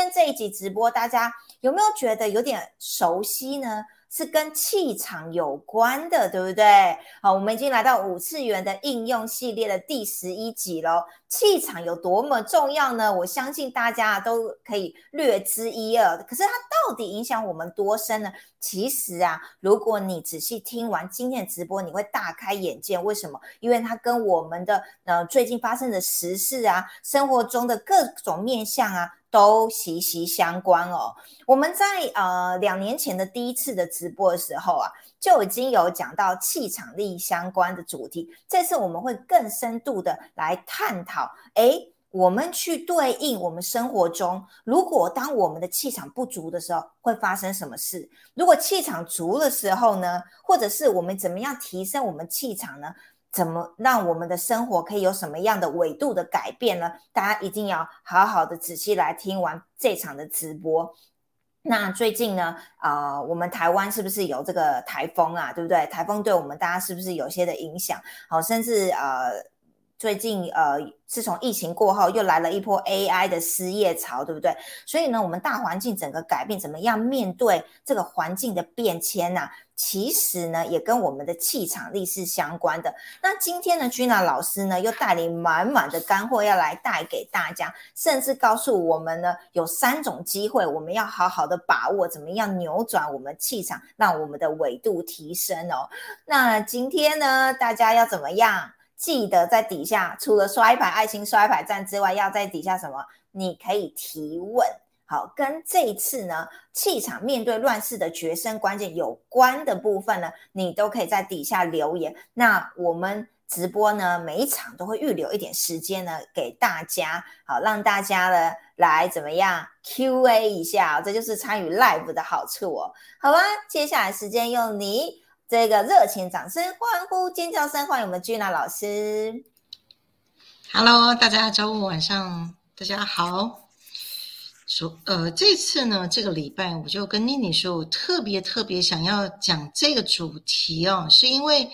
天这一集直播，大家有没有觉得有点熟悉呢？是跟气场有关的，对不对？好，我们已经来到5次元的应用系列的第11集咯。气场有多么重要呢？我相信大家都可以略知一二，可是它到底影响我们多深呢？其实啊，如果你仔细听完今天的直播，你会大开眼界。为什么？因为它跟我们的最近发生的时事啊，生活中的各种面向啊，都息息相关哦。我们在2年前的第一次的直播的时候啊，就已经有讲到气场力相关的主题。这次我们会更深度的来探讨，我们去对应我们生活中，如果当我们的气场不足的时候，会发生什么事？如果气场足的时候呢，或者是我们怎么样提升我们气场呢？怎么让我们的生活可以有什么样的纬度的改变呢？大家一定要好好的仔细来听完这场的直播。那最近呢，我们台湾是不是有这个台风啊？对不对？台风对我们大家是不是有些的影响？好，甚至最近自从疫情过后，又来了一波 AI 的失业潮，对不对？所以呢，我们大环境整个改变，怎么样面对这个环境的变迁啊？其实呢，也跟我们的气场力是相关的。那今天呢，Gina 老师呢，又带领满满的干货要来带给大家，甚至告诉我们呢，有3种机会，我们要好好的把握，怎么样扭转我们气场，让我们的纬度提升哦。那今天呢，大家要怎么样？记得在底下除了刷一排爱心刷一排赞之外，要在底下什么？你可以提问。好，跟这一次呢气场面对乱世的决胜关键有关的部分呢，你都可以在底下留言。那我们直播呢每一场都会预留一点时间呢给大家，好，让大家呢来怎么样 QA 一下，这就是参与 live 的好处哦。好吧，接下来时间用你这个热情掌声、欢呼、尖叫声，欢迎我们 Gina 老师。 Hello， 大家周五晚上大家好。这次呢，这个礼拜我就跟妮妮说，我特别想要讲这个主题哦，是因为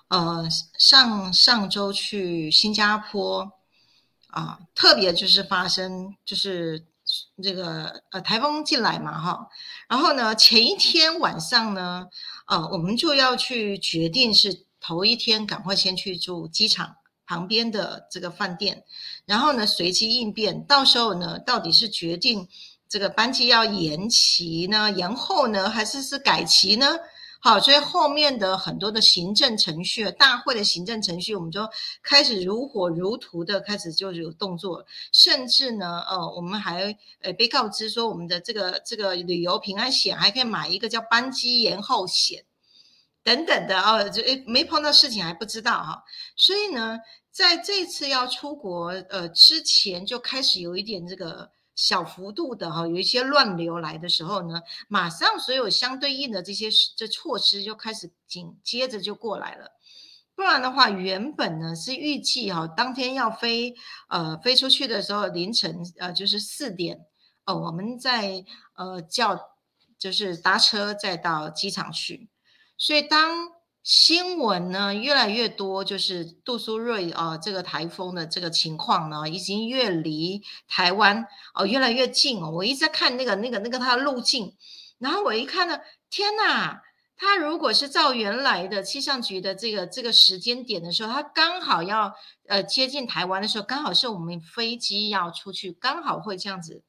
上周去新加坡啊，特别就是发生就是这个台风进来嘛哈，然后呢前一天晚上呢，我们就要去决定是头一天赶快先去住机场旁边的这个饭店，然后呢随机应变，到时候呢到底是决定这个班机要延期呢、延后呢，还是改期呢？好，所以后面的很多的行政程序，大会的行政程序，我们就开始如火如荼的开始就有动作，甚至呢，我们还被告知说，我们的这个旅游平安险还可以买一个叫班机延后险等等的哦，就没碰到事情还不知道哈，所以呢，在这次要出国之前就开始有一点这个小幅度的有一些乱流来的时候呢，马上所有相对应的这措施就开始紧接着就过来了。不然的话，原本呢是预计当天要飞出去的时候凌晨就是4点我们在就是搭车再到机场去，所以当新闻呢越来越多，就是杜苏芮这个台风的这个情况呢，已经越离台湾越来越近哦。我一直在看那个它的路径，然后我一看呢，天哪！它如果是照原来的气象局的这个时间点的时候，它刚好要接近台湾的时候，刚好是我们飞机要出去，刚好会这样子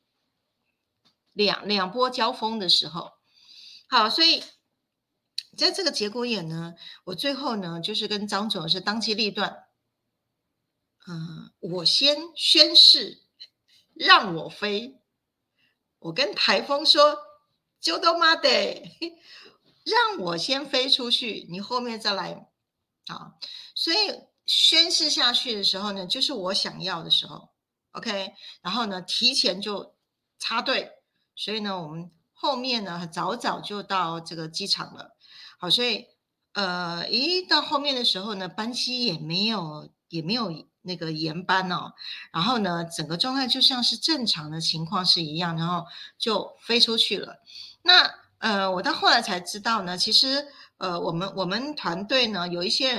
两波交锋的时候。好，所以在这个节骨眼呢，我最后呢就是跟张总是当机立断，我先宣誓让我飞，我跟台风说，就都妈的，让我先飞出去，你后面再来啊。所以宣誓下去的时候呢，就是我想要的时候 ，OK。然后呢，提前就插队，所以呢，我们后面呢早就到这个机场了。好，所以一到后面的时候呢，班机也没有那个延班哦。然后呢，整个状态就像是正常的情况是一样，然后就飞出去了。那我到后来才知道呢，其实我们团队呢有一些人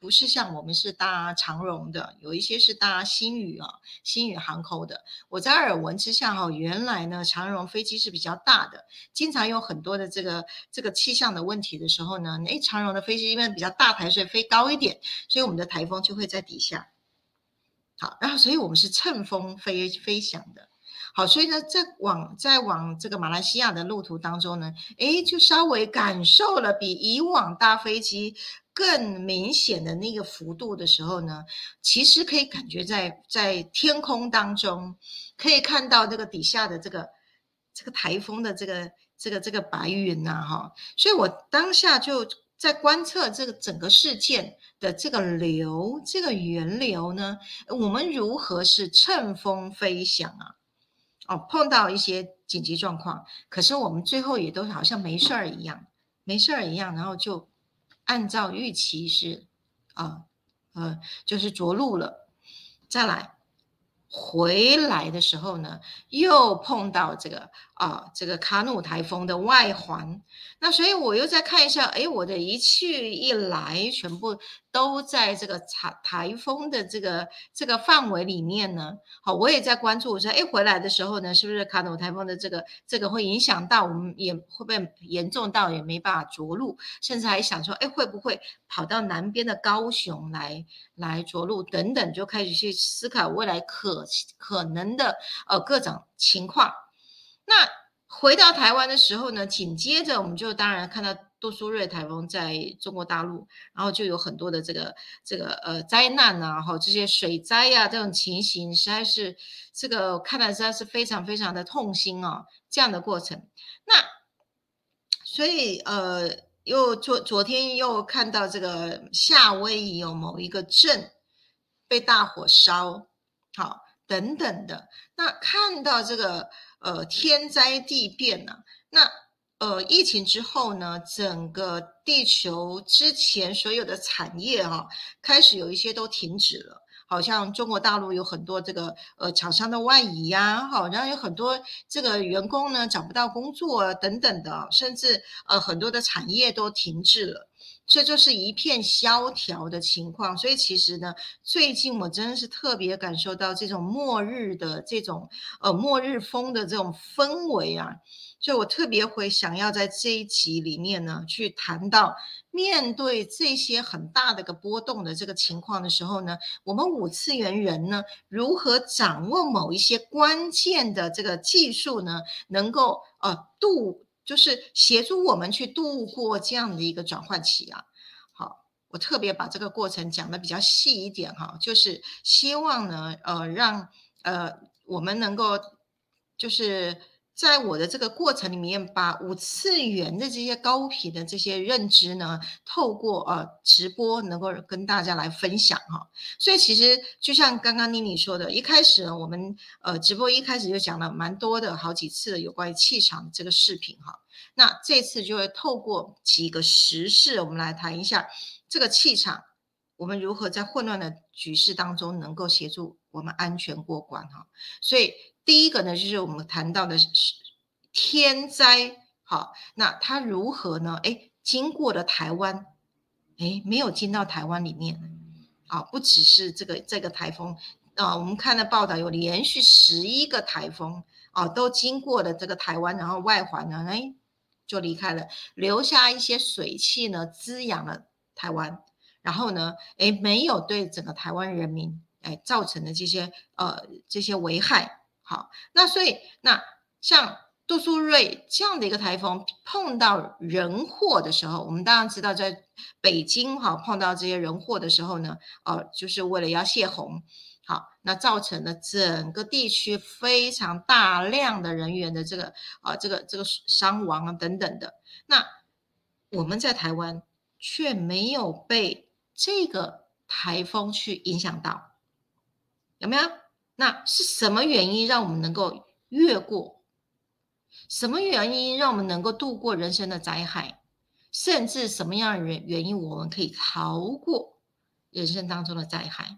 不是像我们是搭长荣的，有一些是搭星宇啊，星宇航空的。我在耳闻之下原来呢长荣飞机是比较大的，经常有很多的这个气象的问题的时候呢，长荣的飞机因为比较大台，所以飞高一点，所以我们的台风就会在底下。好，然后所以我们是乘风飞翔的。好，所以呢，在往这个马来西亚的路途当中呢，就稍微感受了比以往搭飞机更明显的那个幅度的时候呢，其实可以感觉在天空当中可以看到这个底下的这个台风的这个白云呐，所以我当下就在观测这个整个事件的这个源流呢，我们如何是乘风飞翔啊？碰到一些紧急状况，可是我们最后也都好像没事儿一样，然后就按照预期是就是着陆了。再来回来的时候呢，又碰到这个卡努台风的外环，那所以我又再看一下，我的一去一来全部都在这个台风的这个范围里面呢。好，我也在关注，我说，回来的时候呢，是不是卡努台风的这个会影响到我们，也会不会严重到也没办法着陆，甚至还想说，会不会跑到南边的高雄来着陆等等，就开始去思考未来可能的各种情况。那回到台湾的时候呢，紧接着我们就当然看到杜苏芮台风在中国大陆，然后就有很多的这个灾难啊，这些水灾啊这种情形，实在是这个看来实在是非常非常的痛心哦，这样的过程。那所以又昨天又看到这个夏威夷有某一个镇被大火烧，好等等的。那看到这个天灾地变呢，那疫情之后呢，整个地球之前所有的产业开始有一些都停止了。好像中国大陆有很多这个厂商的外移呀，然后有很多这个员工呢找不到工作等等的，甚至很多的产业都停滞了。这就是一片萧条的情况。所以其实呢，最近我真的是特别感受到这种末日的这种末日风的这种氛围啊。所以我特别会想要在这一集里面呢，去谈到面对这些很大的一个波动的这个情况的时候呢，我们五次元人呢，如何掌握某一些关键的这个技术呢，能够就是协助我们去度过这样的一个转换期啊。好，我特别把这个过程讲得比较细一点就是希望呢，让我们能够就是在我的这个过程里面，把五次元的这些高频的这些认知呢，透过直播能够跟大家来分享所以其实就像刚刚妮妮说的，一开始呢，我们直播一开始就讲了蛮多的好几次的有关于气场这个视频那这次就会透过几个时事，我们来谈一下这个气场，我们如何在混乱的局势当中能够协助我们安全过关所以第一个呢，就是我们谈到的是天灾。好，那它如何呢？经过了台湾，没有进到台湾里面不只是这个台风我们看的报道有连续11个台风都经过了这个台湾，然后外环呢，就离开了，留下一些水汽呢，滋养了台湾，然后呢，没有对整个台湾人民造成的这些危害。好，那所以那像杜苏芮这样的一个台风碰到人祸的时候，我们当然知道在北京碰到这些人祸的时候呢，就是为了要泄洪。好，那造成了整个地区非常大量的人员的这个伤亡等等的。那我们在台湾却没有被这个台风去影响到，有没有？那是什么原因让我们能够越过？什么原因让我们能够度过人生的灾害？甚至什么样的原因我们可以逃过人生当中的灾害？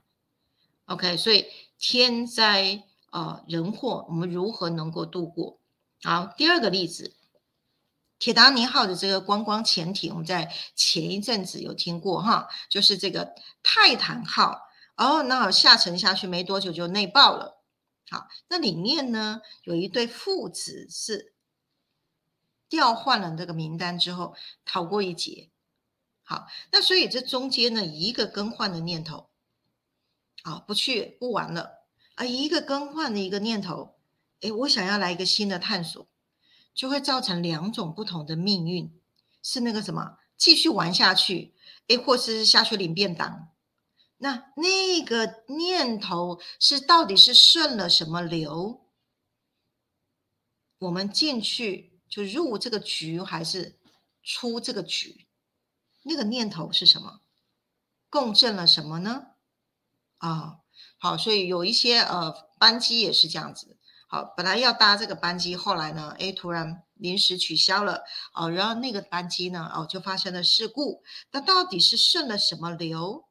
OK， 所以天灾人祸我们如何能够度过？好，第二个例子， 铁达尼号的这个观光潜艇，我们在前一阵子有听过哈，就是这个泰坦号，那下沉下去没多久就内爆了。好，那里面呢有一对父子是调换了这个名单之后逃过一劫。好，那所以这中间呢一个更换的念头，不去不玩了一个更换的一个念头，我想要来一个新的探索，就会造成两种不同的命运，是那个什么继续玩下去，或是下去领便当。那个念头是到底是顺了什么流？我们进去就入这个局，还是出这个局？那个念头是什么？共振了什么呢？好，所以有一些班机也是这样子。好，本来要搭这个班机，后来呢，突然临时取消了，然后那个班机呢，就发生了事故。那到底是顺了什么流？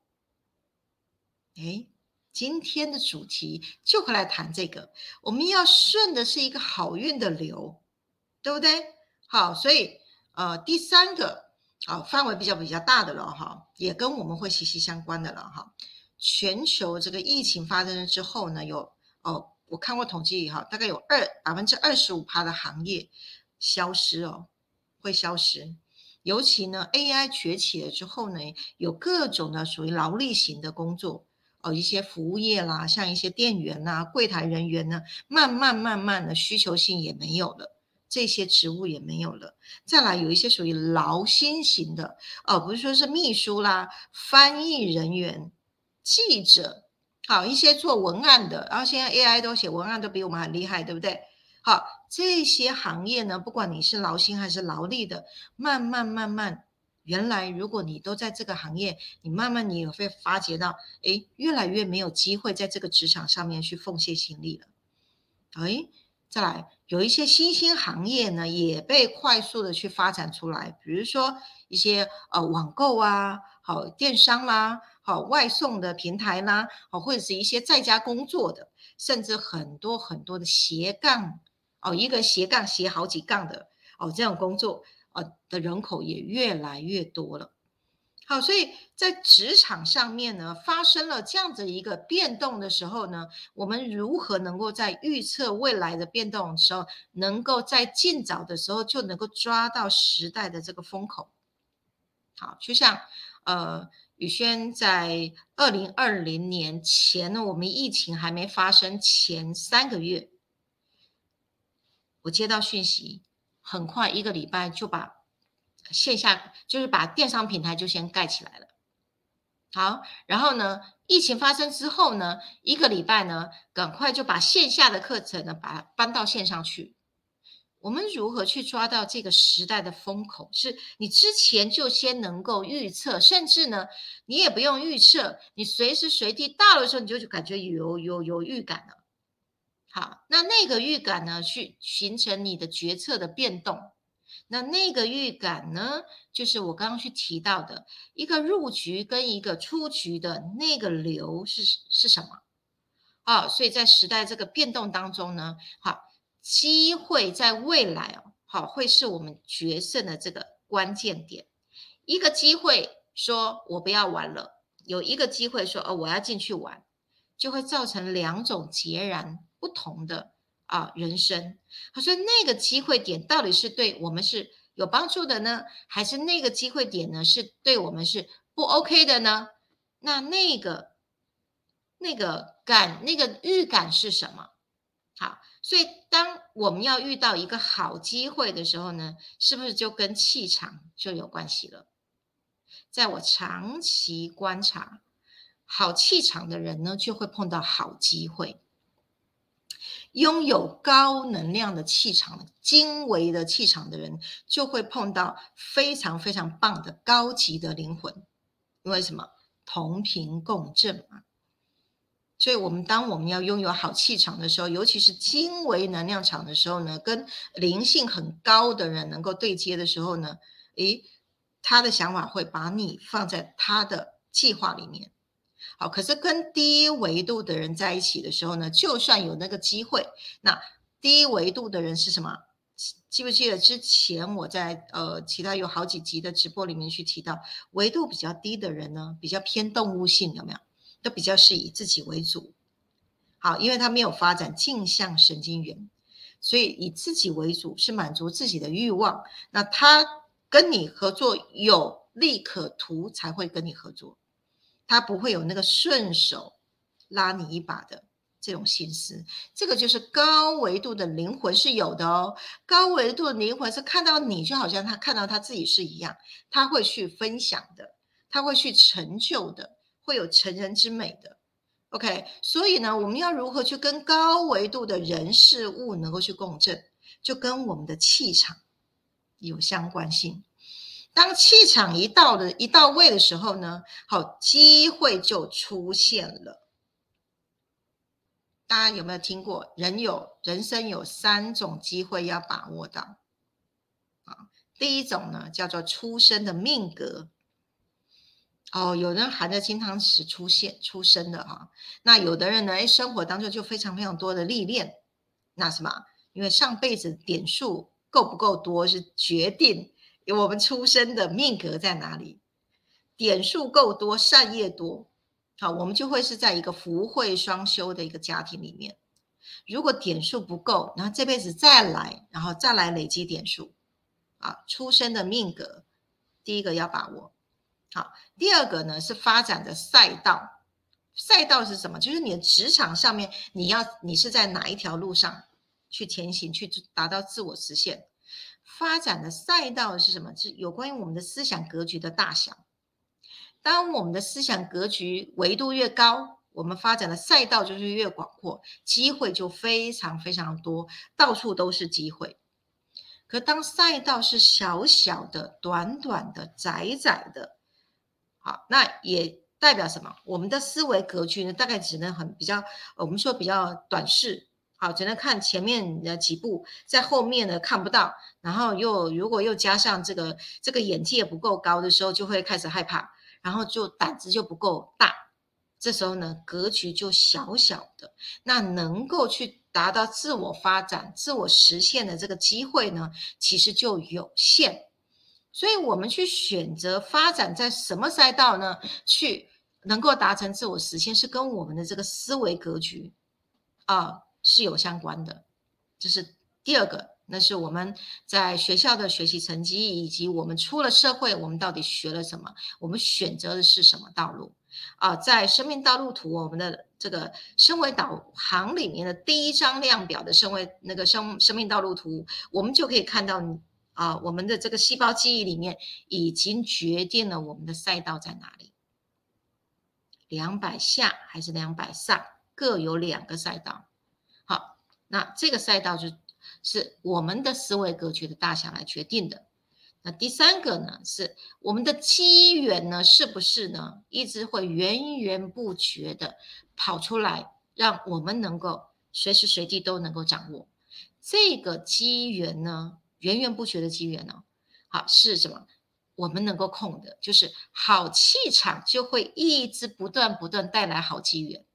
今天的主题就会来谈这个。我们要顺的是一个好运的流，对不对？好，所以第三个范围比较大的了哈，也跟我们会息息相关的了哈。全球这个疫情发生了之后呢，我看过统计大概有25%的行业消失会消失。尤其呢 AI 崛起了之后呢，有各种的属于劳力型的工作一些服务业啦，像一些店员啦、柜台人员呢，慢慢的需求性也没有了，这些职务也没有了。再来有一些属于劳心型的不是说是秘书啦、翻译人员、记者，好一些做文案的，然后现在 AI 都写文案都比我们很厉害，对不对？好，这些行业呢，不管你是劳心还是劳力的，慢慢，原来如果你都在这个行业，你慢慢你也会发觉到，越来越没有机会在这个职场上面去奉献心力了。再来有一些新兴行业呢，也被快速的去发展出来，比如说一些网购啊，好电商啦，好外送的平台啦，好或者是一些在家工作的，甚至很多的斜杠一个斜杠斜好几杠的这种工作的人口也越来越多了。好，所以在职场上面呢，发生了这样子一个变动的时候呢，我们如何能够在预测未来的变动的时候，能够在尽早的时候就能够抓到时代的这个风口？好，就像宇轩在2020年前呢，我们疫情还没发生前3个月，我接到讯息，很快1个礼拜就把线下就是把电商平台就先盖起来了。好，然后呢，疫情发生之后呢，1个礼拜呢，赶快就把线下的课程呢，把它搬到线上去。我们如何去抓到这个时代的风口？是你之前就先能够预测，甚至呢，你也不用预测，你随时随地到的时候，你就感觉有预感了。好，那个预感呢，去形成你的决策的变动。那个预感呢，就是我刚刚去提到的一个入局跟一个出局的那个流是什么？所以在时代这个变动当中呢，机会在未来会是我们决胜的这个关键点。一个机会说我不要玩了，有一个机会说我要进去玩，就会造成2种截然不同的人生。所以那个机会点到底是对我们是有帮助的呢，还是那个机会点呢是对我们是不 OK 的呢？那个预感是什么？好，所以当我们要遇到一个好机会的时候呢，是不是就跟气场就有关系了？在我长期观察，好气场的人呢，就会碰到好机会。拥有高能量的气场、精微的气场的人，就会碰到非常非常棒的高级的灵魂。因为什么？同频共振嘛。所以当我们要拥有好气场的时候，尤其是精微能量场的时候呢，跟灵性很高的人能够对接的时候呢，他的想法会把你放在他的计划里面。好，可是跟低维度的人在一起的时候呢，就算有那个机会，那低维度的人是什么？ 记不记得之前我在其他有好几集的直播里面去提到，维度比较低的人呢，比较偏动物性，有没有？都比较是以自己为主。好，因为他没有发展镜像神经元，所以以自己为主，是满足自己的欲望。那他跟你合作有利可图才会跟你合作，他不会有那个顺手拉你一把的这种心思。这个就是高维度的灵魂是有的哦。高维度的灵魂是看到你就好像他看到他自己是一样，他会去分享的，他会去成就的，会有成人之美的。OK， 所以呢，我们要如何去跟高维度的人事物能够去共振，就跟我们的气场有相关性。当气场一到位的时候呢，好，机会就出现了。大家有没有听过人生有3种机会要把握到啊？第一种呢叫做出生的命格。有人含着金汤匙出生的哈，那有的人呢，生活当中就非常非常多的历练，那什么？因为上辈子点数够不够多，是决定我们出生的命格在哪里。点数够多，善业多，好，我们就会是在一个福慧双修的一个家庭里面。如果点数不够，然后这辈子再来，然后再来累积点数，出生的命格，第一个要把握。好，第二个呢是发展的赛道。赛道是什么？就是你的职场上面，你是在哪一条路上去前行，去达到自我实现。发展的赛道是什么？是有关于我们的思想格局的大小。当我们的思想格局维度越高，我们发展的赛道就是越广阔，机会就非常非常多，到处都是机会。可当赛道是小小的、短短的、窄窄的，好，那也代表什么？我们的思维格局呢，大概只能我们说比较短视，好，只能看前面的几步，在后面呢看不到，然后如果又加上这个眼界不够高的时候，就会开始害怕，然后就胆子就不够大，这时候呢格局就小小的，那能够去达到自我发展、自我实现的这个机会呢，其实就有限。所以我们去选择发展在什么赛道呢？去能够达成自我实现，是跟我们的这个思维格局是有相关的。这是第二个，那是我们在学校的学习成绩，以及我们出了社会，我们到底学了什么，我们选择的是什么道路在生命道路图，我们的这个升维导航里面的第1张量表的生命道路图，我们就可以看到我们的这个细胞记忆里面已经决定了我们的赛道在哪里。200下还是200上，各有2个赛道。好，那这个赛道就是我们的思维格局的大小来决定的。那第3个呢，是我们的机缘呢，是不是呢，一直会源源不绝的跑出来，让我们能够随时随地都能够掌握。这个机缘呢，源源不绝的机缘好，是什么？我们能够控的，就是好气场就会一直不断带来好机缘。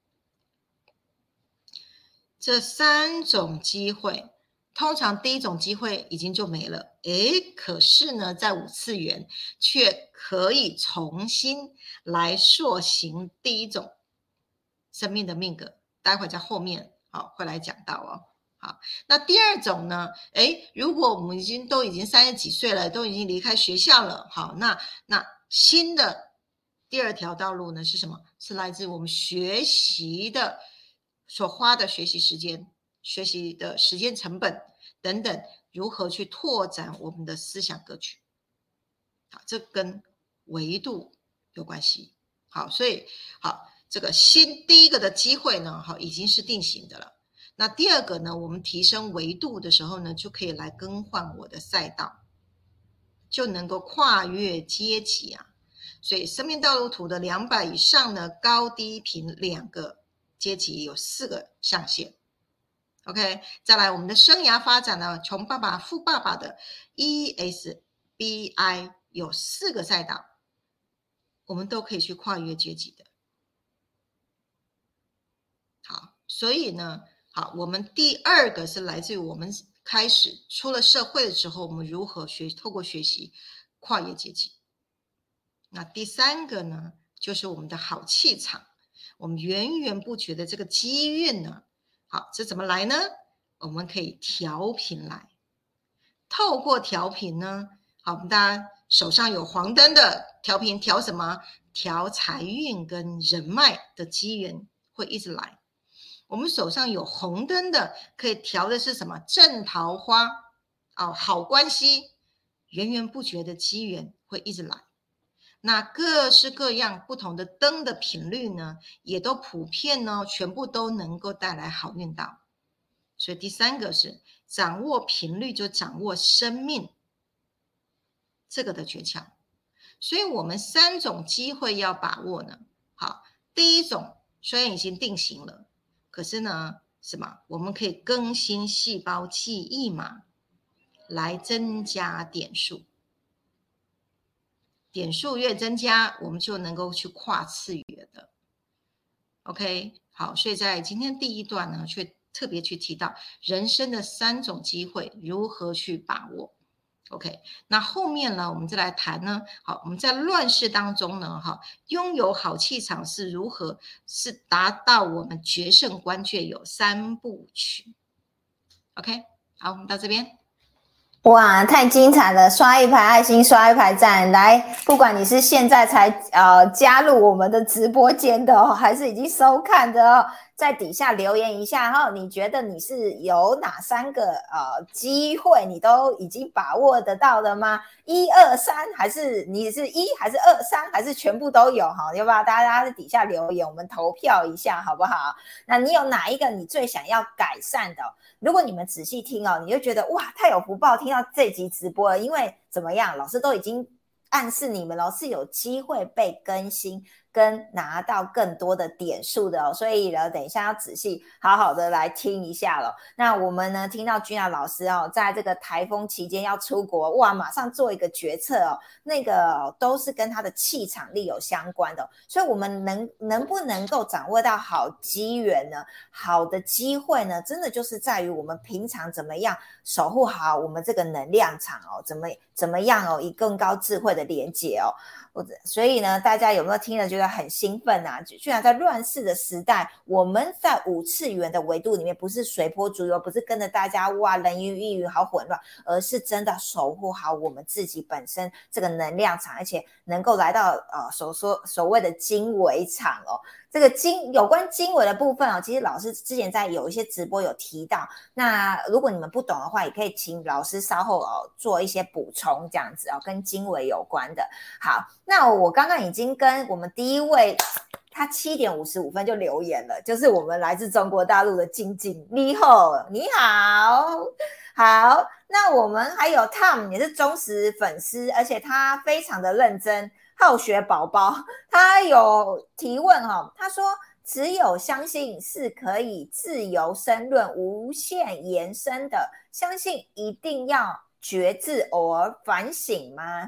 这3种机会，通常第1种机会已经就没了，可是呢，在5次元却可以重新来塑形第1种生命的命格，待会在后面会来讲到哦。好，那第2种呢？如果我们都已经30几岁了，都已经离开学校了，好，那新的第2条道路呢是什么？是来自我们学习的所花的学习时间、学习的时间成本等等，如何去拓展我们的思想格局？好，这跟维度有关系。好，所以这个第1个的机会呢，已经是定型的了。那第2个呢，我们提升维度的时候呢，就可以来更换我的赛道，就能够跨越阶级所以生命道路图的200以上呢，高低频2个阶级有4个象限。OK， 再来我们的生涯发展呢，穷爸爸、富爸爸的 ESBI 有4个赛道，我们都可以去跨越阶级的。好，所以呢，我们第2个是来自于我们开始出了社会了之后，我们如何透过学习跨越阶级。那第三个呢，就是我们的好气场，我们源源不绝的这个机运呢，好，这怎么来呢？我们可以调频来，透过调频呢，好，我们大家手上有黄灯的调频，调什么？调财运跟人脉的机缘会一直来。我们手上有红灯的，可以调的是什么？正桃花好关系，源源不绝的机缘会一直来。那各式各样不同的灯的频率呢，也都普遍呢，全部都能够带来好运道。所以第三个是掌握频率，就掌握生命这个的诀窍。所以我们3种机会要把握呢。好，第一种虽然已经定型了，可是呢，什么？我们可以更新细胞记忆码，来增加点数。点数越增加，我们就能够去跨次元的。OK， 好，所以在今天第一段呢，却特别去提到人生的3种机会如何去把握。OK， 那后面呢，我们再来谈呢。好，我们在乱世当中呢，拥有好气场是如何，是达到我们决胜关键有3部曲。OK， 好，我们到这边。 哇，太精彩了！刷一排爱心，刷一排赞。来，不管你是现在才加入我们的直播间的哦，还是已经收看的哦，在底下留言一下哈，你觉得你是有哪3个机会你都已经把握得到了吗？1、2、3，还是你是1还是2、3，还是全部都有哈？要不要大家在底下留言，我们投票一下好不好？那你有哪一个你最想要改善的？如果你们仔细听哦，你就觉得哇，太有福报，听到这集直播了。因为怎么样，老师都已经暗示你们了，是有机会被更新跟拿到更多的点数的哦。所以呢，等一下要仔细好好的来听一下了。那我们呢，听到君雅老师哦，在这个台风期间要出国，哇，马上做一个决策哦，那个都是跟他的气场力有相关的哦。所以我们能不能够掌握到好机缘呢？好的机会呢，真的就是在于我们平常怎么样守护好我们这个能量场哦，怎么样哦，以更高智慧的连接哦。所以呢，大家有没有听了觉得很兴奋啊？居然在乱世的时代，我们在5次元的维度里面，不是随波逐流，不是跟着大家哇人云亦云好混乱，而是真的守护好我们自己本身这个能量场，而且能够来到所谓的经纬场哦。这个有关经纬的部分哦，其实老师之前在有一些直播有提到，那如果你们不懂的话，也可以请老师稍后做一些补充，这样子哦，跟经纬有关的。好，那我刚刚已经跟我们第一位，他7点55分就留言了，就是我们来自中国大陆的静静，你好，你好，好，那我们还有 Tom 也是忠实粉丝，而且他非常的认真。好学宝宝，他有提问他说只有相信是可以自由申论无限延伸的，相信一定要觉知偶尔反省吗？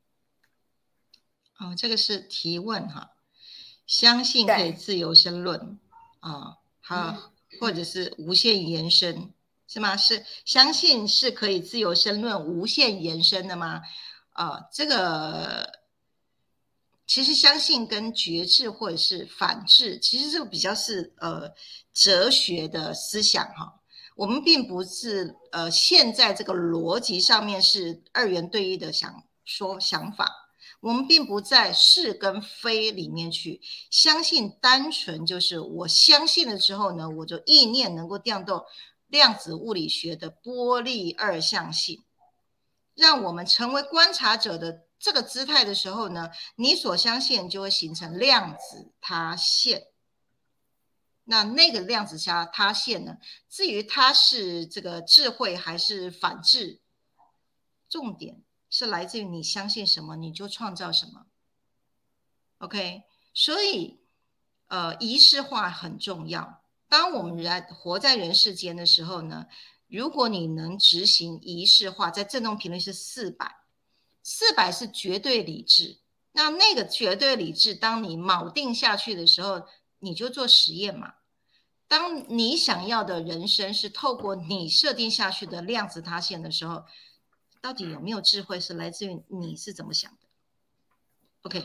这个是提问相信可以自由申论或者是无限延伸是吗？是相信是可以自由申论无限延伸的吗？这个其实相信跟觉知或者是反智，其实这个比较是哲学的思想我们并不是现在这个逻辑上面是2元对一的想法，我们并不在是跟非里面去相信，单纯就是我相信了之后呢，我就意念能够调动量子物理学的波粒二象性，让我们成为观察者的这个姿态的时候呢，你所相信就会形成量子塌陷。那个量子塌陷呢，至于它是这个智慧还是反智，重点是来自于你相信什么，你就创造什么。OK， 所以仪式化很重要。当我们活在人世间的时候呢，如果你能执行仪式化，在振动频率是400是绝对理智。那个绝对理智，当你锚定下去的时候，你就做实验嘛。 当你想要的人生是透过你设定下去的量子塌陷的时候，到底有没有智慧是来自于你是怎么想的 ？OK，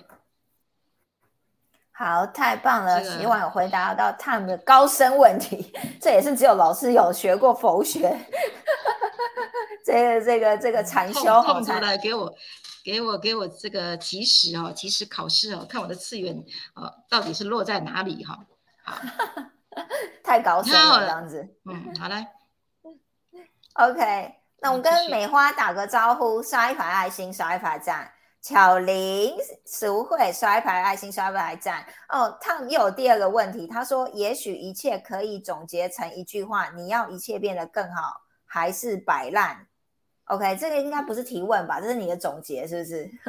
好，太棒了！ 这个希望有回答到他们的高深问题，这也是只有老师有学过佛学，这个禅修痛的给我这个及时考试到底是落在哪里到底是落在哪里好， 太高深了这太好了， 样子。 好来 OK，那我们跟继续美花打个招呼，刷一排爱心，刷一排赞。巧玲、淑慧刷一排爱心，刷一排赞。哦，Tom 又有第二个问题，他说：也许一切可以总结成一句话：你要一切变得更好，还是摆烂 ？OK，这个应该不是提问吧？这是你的总结，是不是？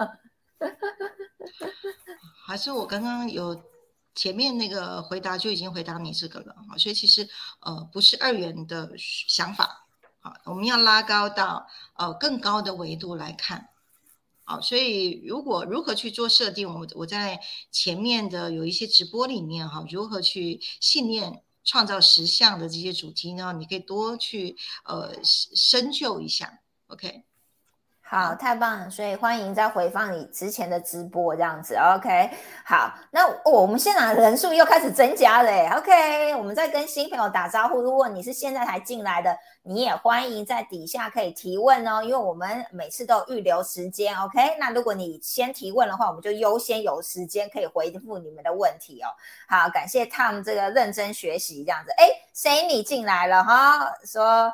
还是我刚刚有前面那个回答就已经回答你这个了，所以其实不是二元的想法，我们要拉高到更高的维度来看。好，所以如何去做设定，我在前面的有一些直播里面如何去信念创造实相的这些主题呢？你可以多去深究一下 ，OK。 好，太棒了！所以欢迎再回放你之前的直播，这样子 ，OK。好，那我们现场人数又开始增加了 ，OK。我们在跟新朋友打招呼，如果你是现在才进来的，你也欢迎在底下可以提问哦，因为我们每次都有预留时间 ，OK。那如果你先提问的话，我们就优先有时间可以回复你们的问题哦。好，感谢 Tom 这个认真学习这样子。Sandy 进来了哈，说。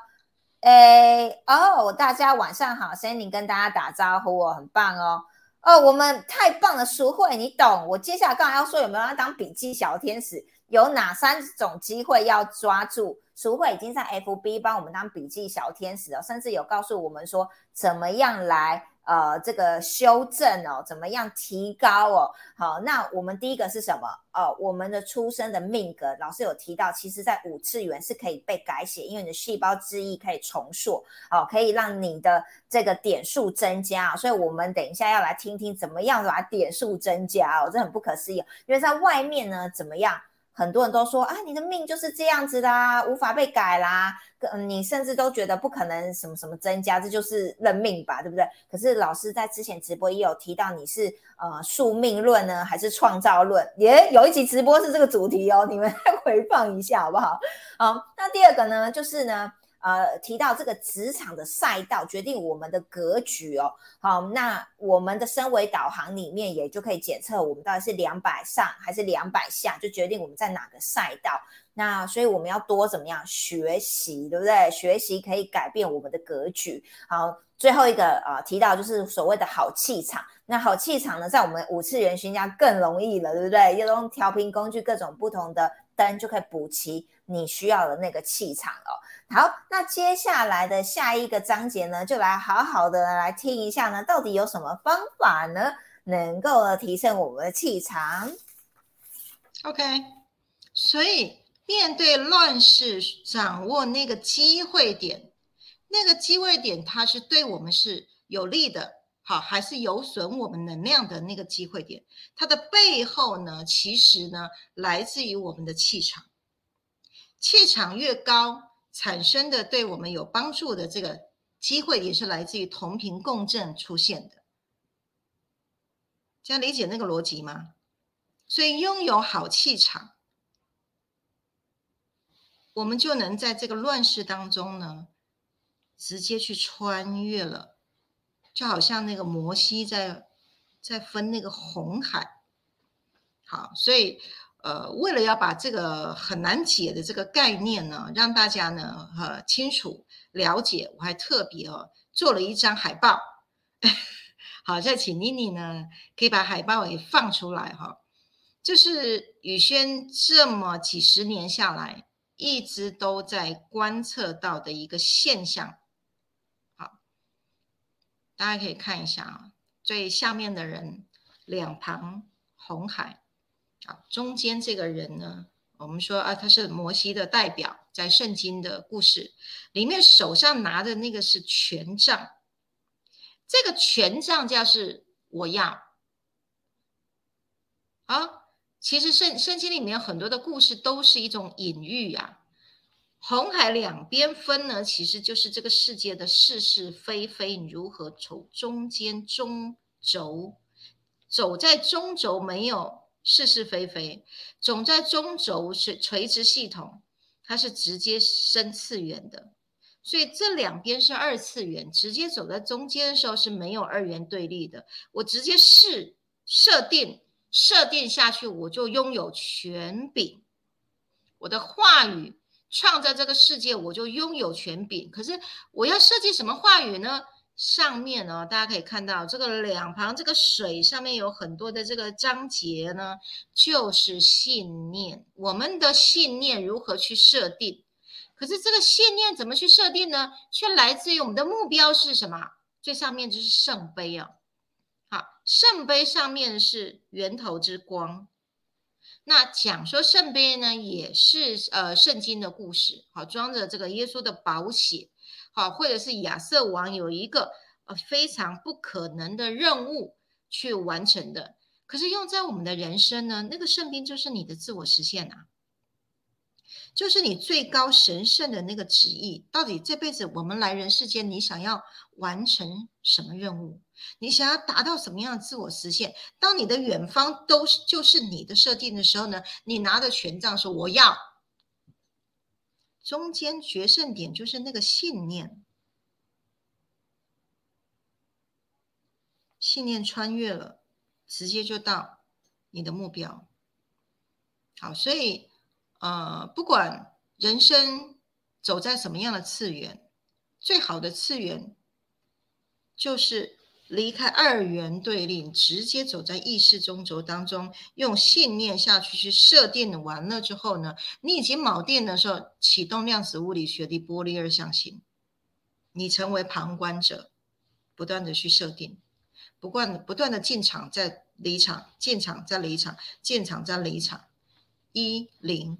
大家晚上好 ，Sandy 跟大家打招呼哦，很棒哦。我们太棒了，淑慧，你懂。我接下来刚才要说有没有要当笔记小天使，有哪3种机会要抓住？淑慧已经在 FB 帮我们当笔记小天使哦，甚至有告诉我们说怎么样来这个修正哦，怎么样提高哦。好，那我们第一个是什么？我们的出生的命格，老师有提到，其实在5次元是可以被改写，因为你的细胞之翼可以重塑，可以让你的这个点数增加，所以我们等一下要来听听怎么样把点数增加哦，这很不可思议，因为在外面呢，怎么样？很多人都说啊，你的命就是这样子啦，无法被改啦，你甚至都觉得不可能什么什么增加，这就是认命吧，对不对？可是老师在之前直播也有提到，你是宿命论呢，还是创造论？也有一集直播是这个主题哦，你们再回放一下好不好？好，那第二个呢，就是呢。提到这个职场的赛道决定我们的格局哦。好，那我们的升维导航里面也就可以检测我们到底是200上还是200下，就决定我们在哪个赛道。那所以我们要多怎么样学习，对不对？学习可以改变我们的格局。好，最后一个提到就是所谓的好气场。那好气场呢，在我们5次元勋家更容易了，对不对？用调频工具各种不同的灯就可以补齐你需要的那个气场哦。好，那接下来的下一个章节呢，就来好好的来听一下呢，到底有什么方法呢，能够提升我们的气场 OK， 所以面对乱世，掌握那个机会点，那个机会点它是对我们是有利的，好，还是有损我们能量的那个机会点，它的背后呢，其实呢，来自于我们的气场，气场越高，产生的对我们有帮助的这个机会也是来自于同频共振出现的，这样理解那个逻辑吗？所以拥有好气场，我们就能在这个乱世当中呢，直接去穿越了，就好像那个摩西在分那个红海。好，所以为了要把这个很难解的这个概念呢，让大家呢清楚了解，我还特别做了一张海报。好，再请妮妮呢可以把海报也放出来哈。这是宇轩这么几十年下来一直都在观测到的一个现象。好，大家可以看一下啊，最下面的人两旁红海。中间这个人呢，我们说他是摩西的代表，在圣经的故事里面，手上拿的那个是权杖，这个权杖就是我要。 其实圣经里面很多的故事都是一种隐喻啊。红海两边分呢，其实就是这个世界的是是非非，你如何走中间中轴？走在中轴没有是是非非，走在中轴是垂直系统，它是直接升次元的。所以这两边是二次元，直接走在中间的时候是没有二元对立的。我直接设定下去，我就拥有权柄。我的话语创造这个世界，我就拥有权柄。可是我要设计什么话语呢？上面呢，大家可以看到这个两旁这个水上面有很多的这个章节呢，就是信念。我们的信念如何去设定？可是这个信念怎么去设定呢？却来自于我们的目标是什么？最上面就是圣杯啊。好，圣杯上面是源头之光。那讲说圣杯呢，也是圣经的故事，好，装着这个耶稣的宝血，好，或者是亚瑟王有一个非常不可能的任务去完成的。可是用在我们的人生呢，那个圣杯就是你的自我实现啊。就是你最高神圣的那个旨意，到底这辈子我们来人世间，你想要完成什么任务？你想要达到什么样的自我实现？当你的远方就是你的设定的时候呢，你拿着权杖说我要。中间决胜点就是那个信念，信念穿越了，直接就到你的目标。好，所以不管人生走在什么样的次元，最好的次元就是离开二元对立，直接走在意识中轴当中，用信念下去设定完了之后呢，你已经锚定的时候，启动量子物理学的波粒二象性，你成为旁观者，不断的去设定，不断的进场再离场，进场再离场，进场再离场，1010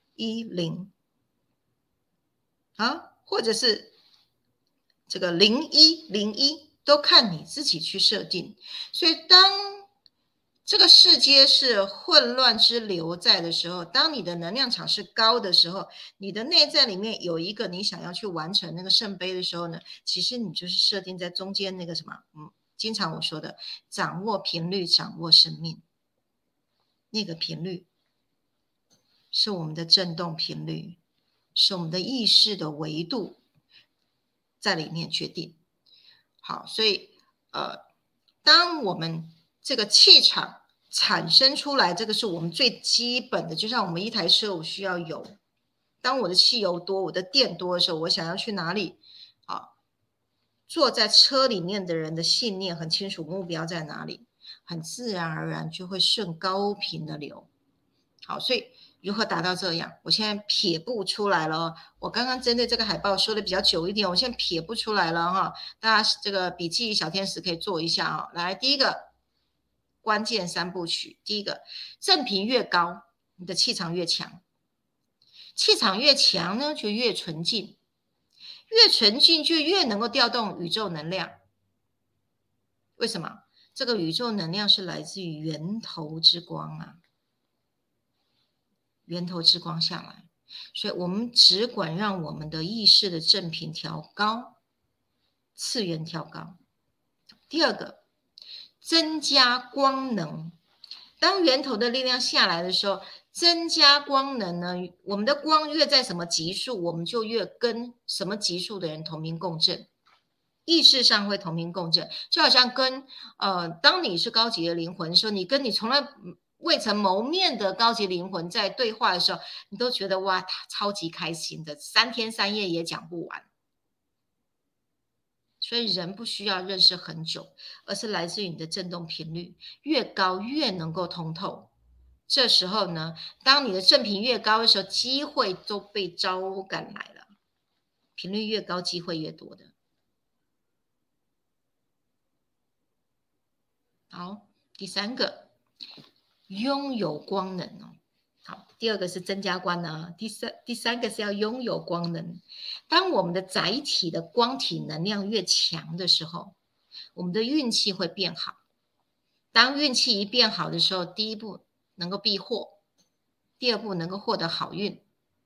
啊，或者是这个0101，都看你自己去设定。所以当这个世界是混乱之流在的时候，当你的能量场是高的时候，你的内在里面有一个你想要去完成那个圣杯的时候呢，其实你就是设定在中间那个什么，经常我说的掌握频率，掌握生命，那个频率是我们的振动频率，是我们的意识的维度在里面决定。好，所以当我们这个气场产生出来，这个是我们最基本的，就像我们一台车我需要油，当我的汽油多，我的电多的时候，我想要去哪里？坐在车里面的人的信念很清楚，目标在哪里，很自然而然就会顺高频的流。好，所以如何达到这样？我现在撇步出来了。我刚刚针对这个海报说的比较久一点，我现在撇步出来了哈。大家这个笔记小天使可以做一下啊。来，第一个关键3部曲，第一个振频越高，你的气场越强。气场越强呢，就越纯净，越纯净就越能够调动宇宙能量。为什么？这个宇宙能量是来自于源头之光啊。源头之光下来，所以我们只管让我们的意识的振频调高，次元调高。第二个，增加光能。当源头的力量下来的时候，增加光能呢，我们的光越在什么级数，我们就越跟什么级数的人同频共振，意识上会同频共振。就好像跟当你是高级的灵魂的时候，你跟你从来未曾谋面的高级灵魂在对话的时候，你都觉得哇，他超级开心的，3天3夜也讲不完。所以人不需要认识很久，而是来自于你的振动频率越高越能够通透。这时候呢，当你的振频越高的时候，机会都被招赶来了。频率越高，机会越多的。好，第3个。拥有光能哦，好，第2个是增加光能，第三个是要拥有光能。当我们的载体的光体能量越强的时候，我们的运气会变好。当运气一变好的时候，第一步， 能够避祸，第二步能够获得好运。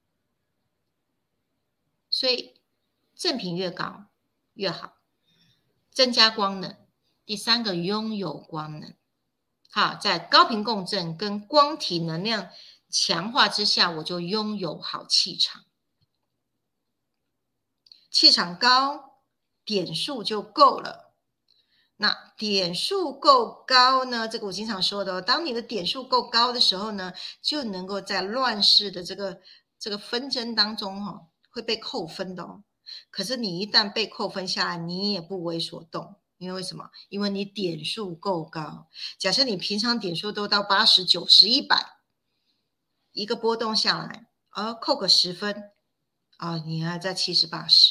所以正频越高越好，增加光能。第三个，拥有光能。好，在高频共振跟光体能量强化之下，我就拥有好气场。气场高，点数就够了。那点数够高呢？这个我经常说的，当你的点数够高的时候呢，就能够在乱世的这个纷争当中会被扣分的哦。可是你一旦被扣分下来，你也不为所动，因为什么？因为你点数够高。假设你平常点数都到80、90、100，一个波动下来，扣个10分你还在70、80，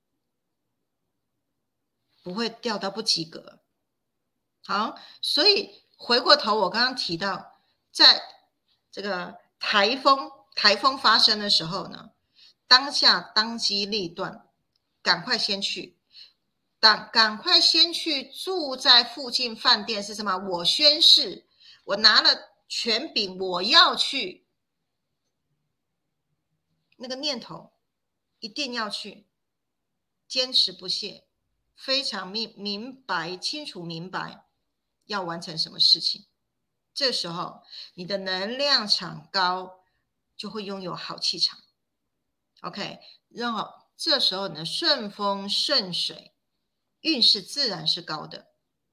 不会掉到不及格。好，所以回过头，我刚刚提到，在这个台风发生的时候呢，当下当机立断，赶快先去，赶快先去住在附近饭店是什么？我宣誓，我拿了权柄，我要去，那个念头一定要去，坚持不懈，非常明白、清楚明白要完成什么事情。这时候你的能量场高，就会拥有好气场。OK， 然后这时候呢，顺风顺水，运势自然是高的。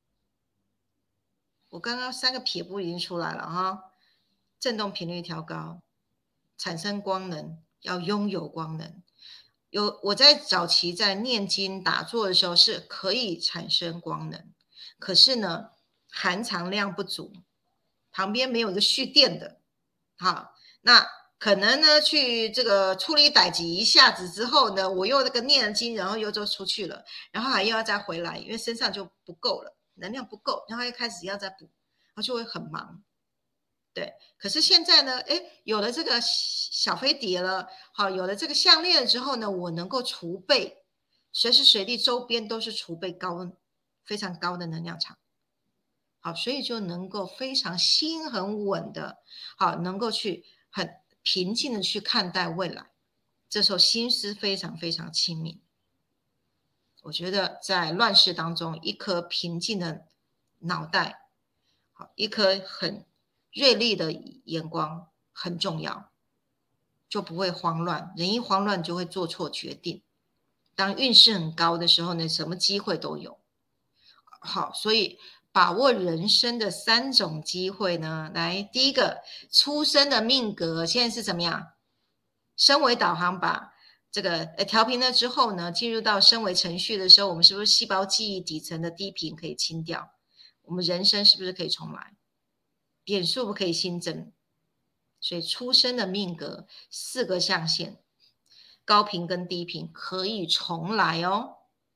我刚刚3个撇步已经出来了哈，振动频率调高，产生光能，要拥有光能。我在早期在念经打坐的时候是可以产生光能，可是呢，含藏量不足，旁边没有一个蓄电的。好，那可能呢去这个处理代际一下子之后呢，我又那个念经，然后又就出去了，然后还又要再回来，因为身上就不够了，能量不够，然后又开始要再补，然后就会很忙。对，可是现在呢，有了这个小飞碟了，好，有了这个项链了之后呢，我能够储备，随时随地周边都是储备非常高的能量场，好，所以就能够非常心很稳的，好，能够去很平静的去看待未来，这时候心思非常非常清明。我觉得在乱世当中，一颗平静的脑袋，好，一颗很锐利的眼光很重要，就不会慌乱。人一慌乱就会做错决定。当运势很高的时候呢，什么机会都有。好，所以把握人生的3种机会呢，来，第一个，出生的命格现在是怎么样？升维导航把这个调频了之后呢，进入到升维程序的时候，我们是不是细胞记忆底层的低频可以清掉？我们人生是不是可以重来？点数不可以新增，所以出生的命格4个象限，高频跟低频可以重来哦。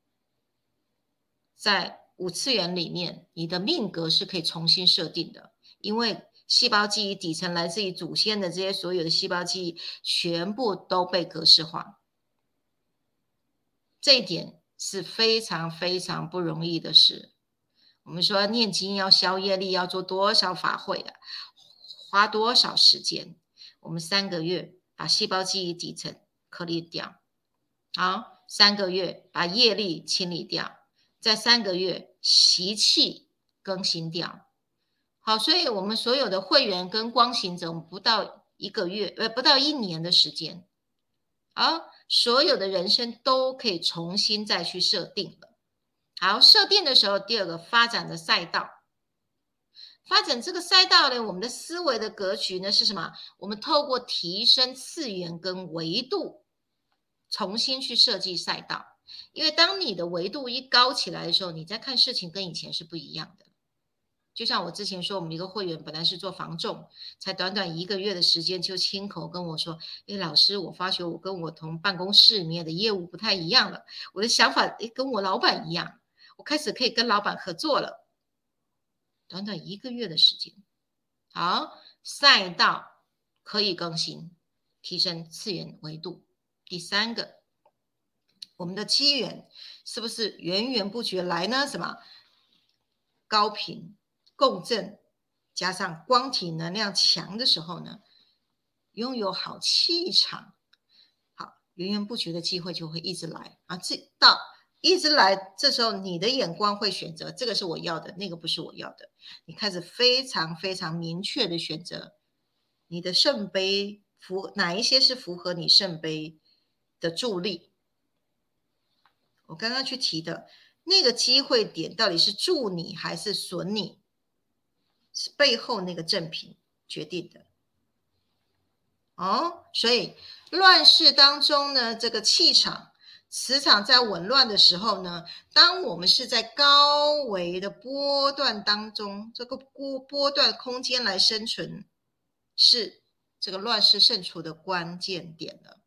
在5次元里面，你的命格是可以重新设定的，因为细胞记忆底层来自于祖先的这些所有的细胞记忆，全部都被格式化。这一点是非常非常不容易的事。我们说念经要消业力，要做多少法会啊？花多少时间？我们3个月把细胞记忆底层颗粒掉，好，3个月把业力清理掉，再3个月习气更新掉。好，所以我们所有的会员跟光行者，我们不到1个月，不到1年的时间，好，所有的人生都可以重新再去设定了。好，设定的时候，第2个发展的赛道。发展这个赛道呢，我们的思维的格局呢是什么？我们透过提升次元跟维度，重新去设计赛道。因为当你的维度一高起来的时候，你在看事情跟以前是不一样的。就像我之前说，我们一个会员本来是做房仲，才短短1个月的时间就亲口跟我说，老师，我发觉我跟我同办公室里面的业务不太一样了，我的想法跟我老板一样，我开始可以跟老板合作了。短短1个月的时间，好，赛道可以更新，提升次元维度。第3个，我们的机缘是不是源源不绝来呢？什么高频共振加上光体能量强的时候呢，拥有好气场，好源源不绝的机会就会一直来啊，一直来，这时候你的眼光会选择这个是我要的，那个不是我要的，你开始非常非常明确的选择你的圣杯哪一些是符合你圣杯的助力。我刚刚去提的那个机会点到底是助你还是损你，是背后那个正品决定的。所以乱世当中呢，这个气场磁场在紊乱的时候呢，当我们是在高维的波段当中，这个波段空间来生存，是这个乱世胜出的关键点了。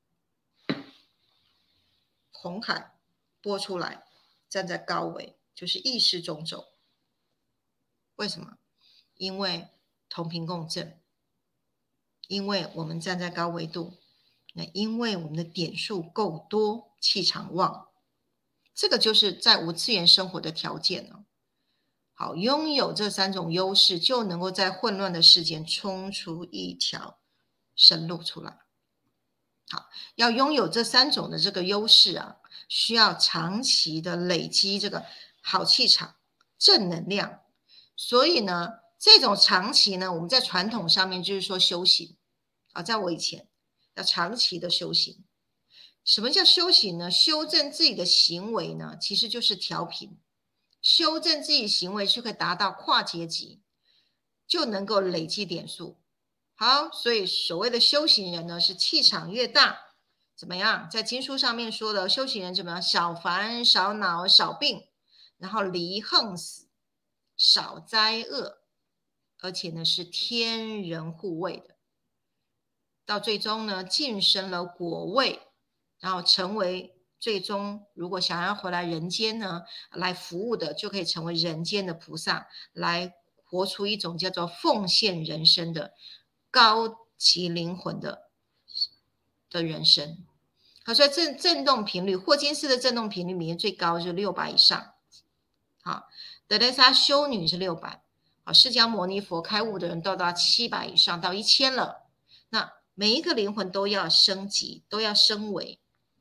红海播出来，站在高维就是意识中轴。为什么？因为同频共振，因为我们站在高维度，那因为我们的点数够多，气场旺，这个就是在无次元生活的条件了。好，拥有这3种优势，就能够在混乱的世间冲出一条生路出来。好，要拥有这3种的这个优势啊，需要长期的累积这个好气场、正能量。所以呢，这种长期呢，我们在传统上面就是说修行啊，在我以前要长期的修行。什么叫修行呢？修正自己的行为呢，其实就是调频。修正自己行为就可以达到跨阶级，就能够累积点数。好，所以所谓的修行人呢，是气场越大，怎么样？在经书上面说的修行人怎么样？少烦少恼少病，然后离横死，少灾厄，而且呢是天人护卫的。到最终呢，晋升了果位，然后成为最终如果想要回来人间呢，来服务的，就可以成为人间的菩萨，来活出一种叫做奉献人生的高级灵魂的人生。好，所以振动频率，霍金斯的振动频率里面最高是600以上。好，德蕾莎修女是600。好，释迦牟尼佛开悟的人都到700以上，到1000了。那每一个灵魂都要升级，都要升维。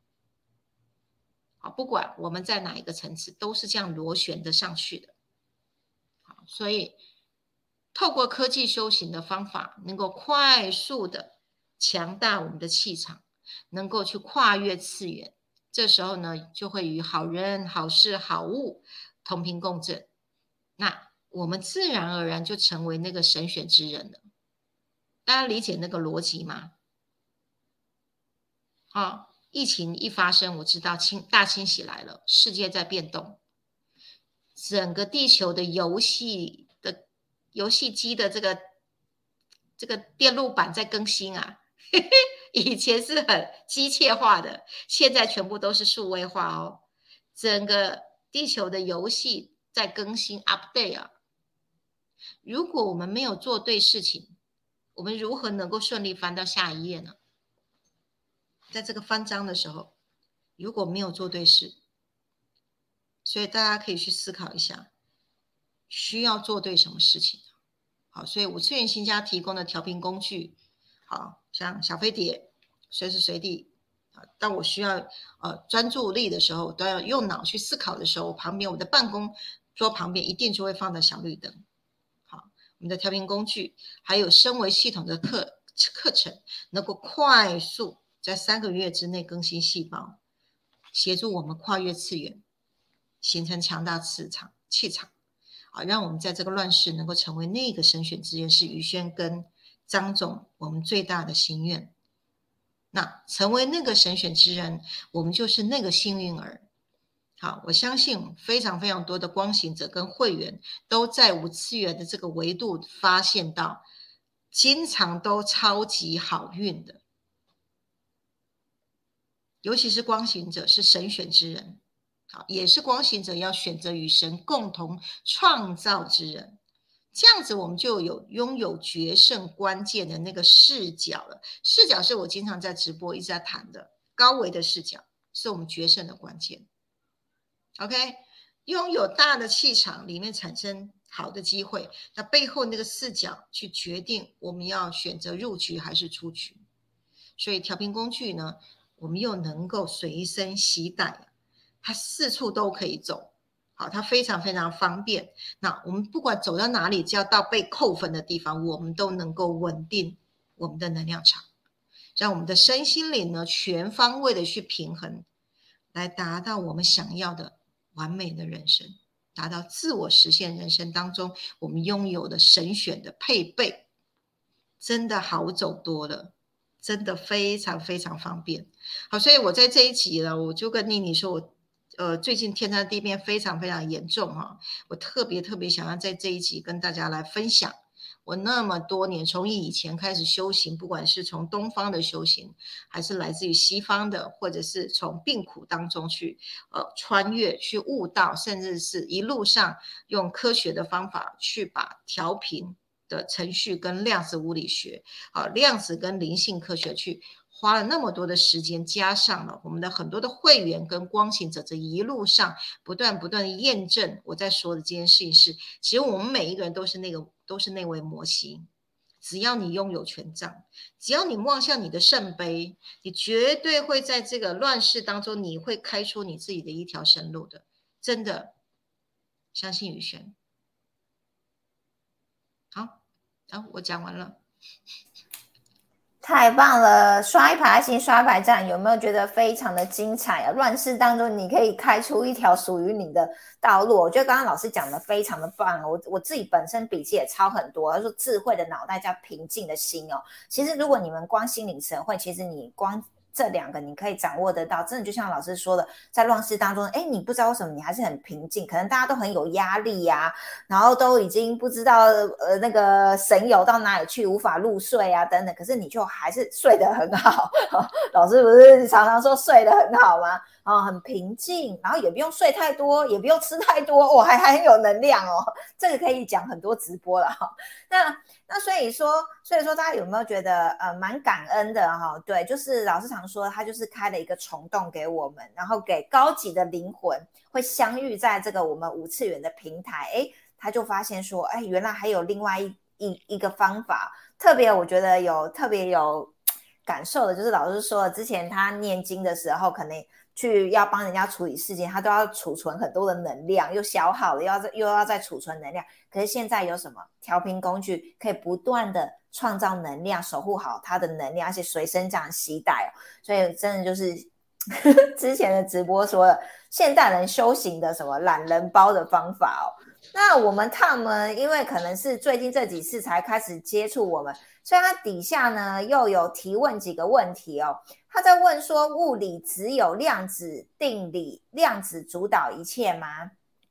好，不管我们在哪一个层次，都是这样螺旋的上去的。好，所以透过科技修行的方法，能够快速的强大我们的气场，能够去跨越次元。这时候呢，就会与好人、好事、好物同频共振。那我们自然而然就成为那个神选之人了。大家理解那个逻辑吗？疫情一发生，我知道大清洗来了，世界在变动，整个地球的游戏机的这个电路板在更新啊。以前是很机械化的，现在全部都是数位化哦。整个地球的游戏在更新 update 啊。如果我们没有做对事情，我们如何能够顺利翻到下一页呢？在这个翻章的时候，如果没有做对事，所以大家可以去思考一下，需要做对什么事情。好，所以五次元新家提供的调频工具，好像小飞碟，随时随地当我需要专注力的时候，都要用脑去思考的时候，我的办公桌旁边一定就会放的小绿灯。好，我们的调频工具还有升维系统的课程，能够快速在3个月之内更新细胞，协助我们跨越次元，形成强大气场让我们在这个乱世能够成为那个神选之人，是于轩跟张总我们最大的心愿。那成为那个神选之人，我们就是那个幸运儿。好，我相信非常非常多的光行者跟会员都在无次元的这个维度发现到，经常都超级好运的。尤其是光行者是神选之人，好，也是光行者要选择与神共同创造之人。这样子我们就拥有决胜关键的那个视角了。视角是我经常在直播一直在谈的，高维的视角是我们决胜的关键。OK， 拥有大的气场里面产生好的机会，那背后那个视角去决定我们要选择入局还是出局。所以调频工具呢，我们又能够随身携带，它四处都可以走，好，它非常非常方便。那我们不管走到哪里，只要到被扣分的地方，我们都能够稳定我们的能量场，让我们的身心灵呢全方位的去平衡，来达到我们想要的完美的人生，达到自我实现人生当中我们拥有的神选的配备，真的好走多了，真的非常非常方便。好，所以我在这一集呢，我就跟妮妮说，我最近天灾地变非常非常严重哈，我特别想要在这一集跟大家来分享。我那么多年，从以前开始修行，不管是从东方的修行，还是来自于西方的，或者是从病苦当中去穿越、去悟道，甚至是一路上用科学的方法去把调频的程序跟量子物理学、量子跟灵性科学去花了那么多的时间，加上了我们的很多的会员跟光行者，这一路上不断的验证我在说的这件事情是，其实我们每一个人都是那位摩西。只要你拥有权杖，只要你望向你的圣杯，你绝对会在这个乱世当中，你会开出你自己的一条生路的。真的，相信宇轩。好，我讲完了。 太棒了！刷一排爱心，刷一排赞，有没有觉得非常的精彩啊？乱世当中，你可以开出一条属于你的道路。我觉得刚刚老师讲的非常的棒，我自己本身笔记也抄很多。他说智慧的脑袋加平静的心哦。其实如果你们光心领神会，其实你光这两个你可以掌握得到，真的就像老师说的，在乱世当中，你不知道为什么你还是很平静，可能大家都很有压力啊，然后都已经不知道那个神游到哪里去，无法入睡啊等等，可是你就还是睡得很好。老师不是常常说睡得很好吗？很平静，然后也不用睡太多，也不用吃太多，还很有能量哦。这个可以讲很多直播了哈。那所以说大家有没有觉得蛮感恩的哈？对，就是老师常说他就是开了一个虫洞给我们，然后给高级的灵魂会相遇在这个我们5次元的平台，他就发现说，原来还有另外一个方法。我觉得特别有感受的就是老师说了，之前他念经的时候可能去要帮人家处理事情，他都要储存很多的能量，又消耗了，又要再储存能量。可是现在有什么调频工具可以不断的创造能量，守护好他的能量，而且随身这样携带所以真的就是之前的直播说了，现代人修行的什么懒人包的方法那我们 Tom 呢，因为可能是最近这几次才开始接触我们，所以他底下呢又有提问几个问题他在问说，物理只有量子定理，量子主导一切吗？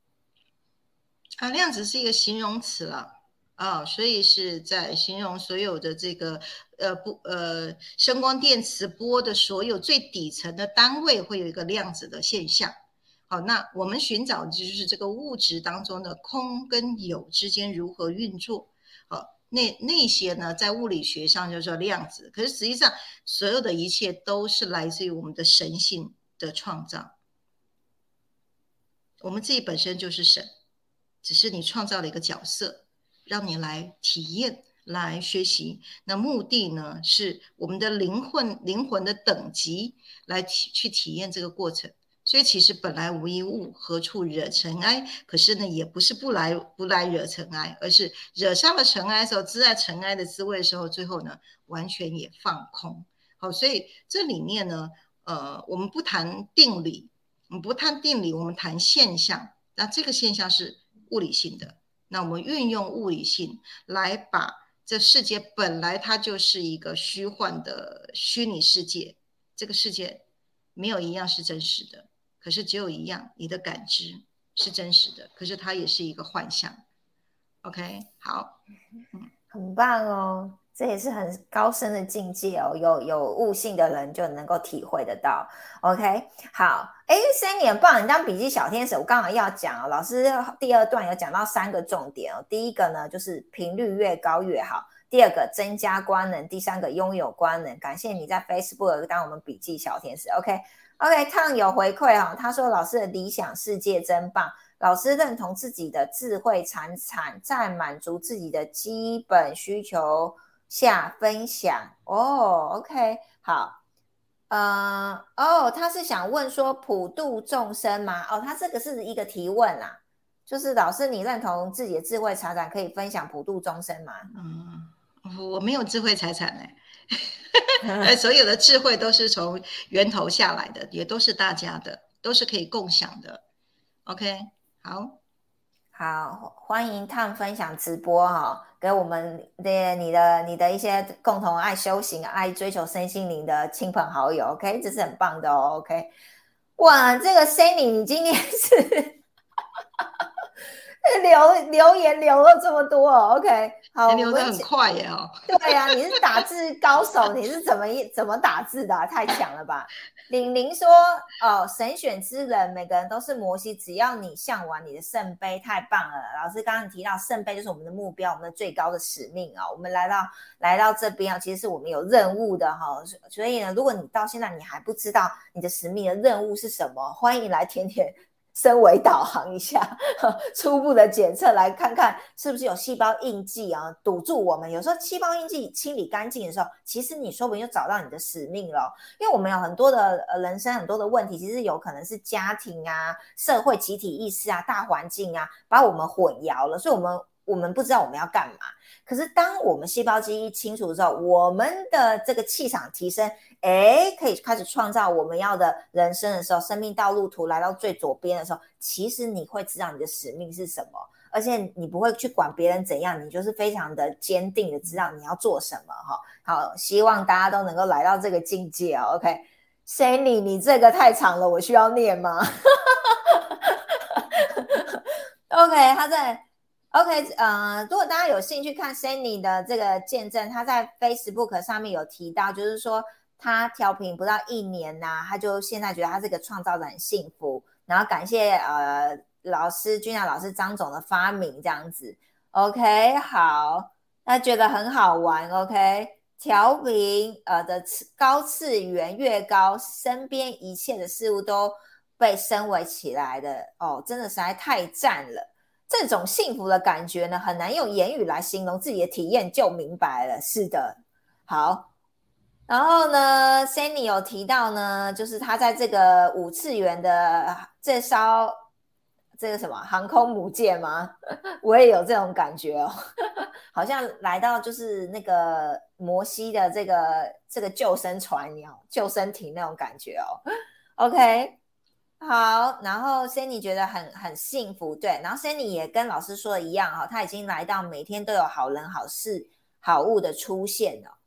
量子是一个形容词了所以是在形容所有的这个声光电磁波的所有最底层的单位会有一个量子的现象。好，那我们寻找的就是这个物质当中的空跟有之间如何运作。那些呢，在物理学上就叫量子，可是实际上所有的一切都是来自于我们的神性的创造。我们自己本身就是神，只是你创造了一个角色，让你来体验、来学习。那目的呢，是我们的灵魂的等级来去体验这个过程。所以其实本来无一物，何处惹尘埃？可是呢，也不是不来惹尘埃，而是惹上了尘埃的时候，知在尘埃的滋味的时候，最后呢，完全也放空。好，所以这里面呢，我们不谈定理，我们谈现象。那这个现象是物理性的，那我们运用物理性来把这世界本来它就是一个虚幻的虚拟世界，这个世界没有一样是真实的。可是只有一样，你的感知是真实的，可是它也是一个幻象。OK， 好， 很棒哦，这也是很高深的境界有悟性的人就能够体会得到。OK， 好，Sandy 很棒，你当笔记小天使，我刚好要讲老师第2段有讲到3个重点第一个呢，就是频率越高越好。第2个增加官能，第3个拥有官能。感谢你在 Facebook 当我们笔记小天使 OK。 OK， 汤有回馈哦，他说老师的理想世界真棒，老师认同自己的智慧财产，在满足自己的基本需求下分享哦。OK， 好，他是想问说普度众生吗？哦，他这个是一个提问啦，就是老师你认同自己的智慧财产可以分享普度众生吗？ 我没有智慧财产所有的智慧都是从源头下来的，也都是大家的，都是可以共享的。OK， 好，欢迎Tom分享直播给我们你的一些共同爱修行、爱追求身心灵的亲朋好友。OK， 这是很棒的哦。OK， 哇，这个 Sunny 你今天是留言留了这么多哦。OK， 好， 留得很快耶对啊，你是打字高手，你是怎么打字的太强了吧？玲玲说神选之人每个人都是摩西，只要你向往你的圣杯，太棒了。老师刚刚提到圣杯就是我们的目标，我们的最高的使命我们来到这边其实是我们有任务的所以呢，如果你到现在你还不知道你的使命的任务是什么，欢迎来填身为导航一下，初步的检测来看看是不是有细胞印记堵住我们。有时候细胞印记清理干净的时候，其实你说不定就找到你的使命了。因为我们有很多的人生很多的问题，其实有可能是家庭社会集体意识大环境把我们混淆了，所以我们不知道我们要干嘛。可是当我们细胞记忆清楚的时候，我们的这个气场提升，可以开始创造我们要的人生的时候，生命道路图来到最左边的时候，其实你会知道你的使命是什么，而且你不会去管别人怎样，你就是非常的坚定的知道你要做什么好，希望大家都能够来到这个境界OK， Sunny 你这个太长了，我需要念吗OK， 他在OK， 如果大家有兴趣看 Sunny 的这个见证，他在 Facebook 上面有提到，就是说他调频不到1年他就现在觉得他这个创造的很幸福，然后感谢老师君雅老师张总的发明这样子。OK， 好，他觉得很好玩。OK， 调频的高次元越高，身边一切的事物都被升维起来的真的实在太赞了。这种幸福的感觉呢，很难用言语来形容，自己的体验就明白了。是的，好。然后呢 Sunny 有提到呢，就是他在这个5次元的这艘这个什么航空母舰吗？我也有这种感觉好像来到就是那个摩西的这个救生船救生艇那种感觉OK，好，然后 Sunny 觉得很幸福，对，然后 Sunny 也跟老师说的一样他已经来到每天都有好人好事好物的出现了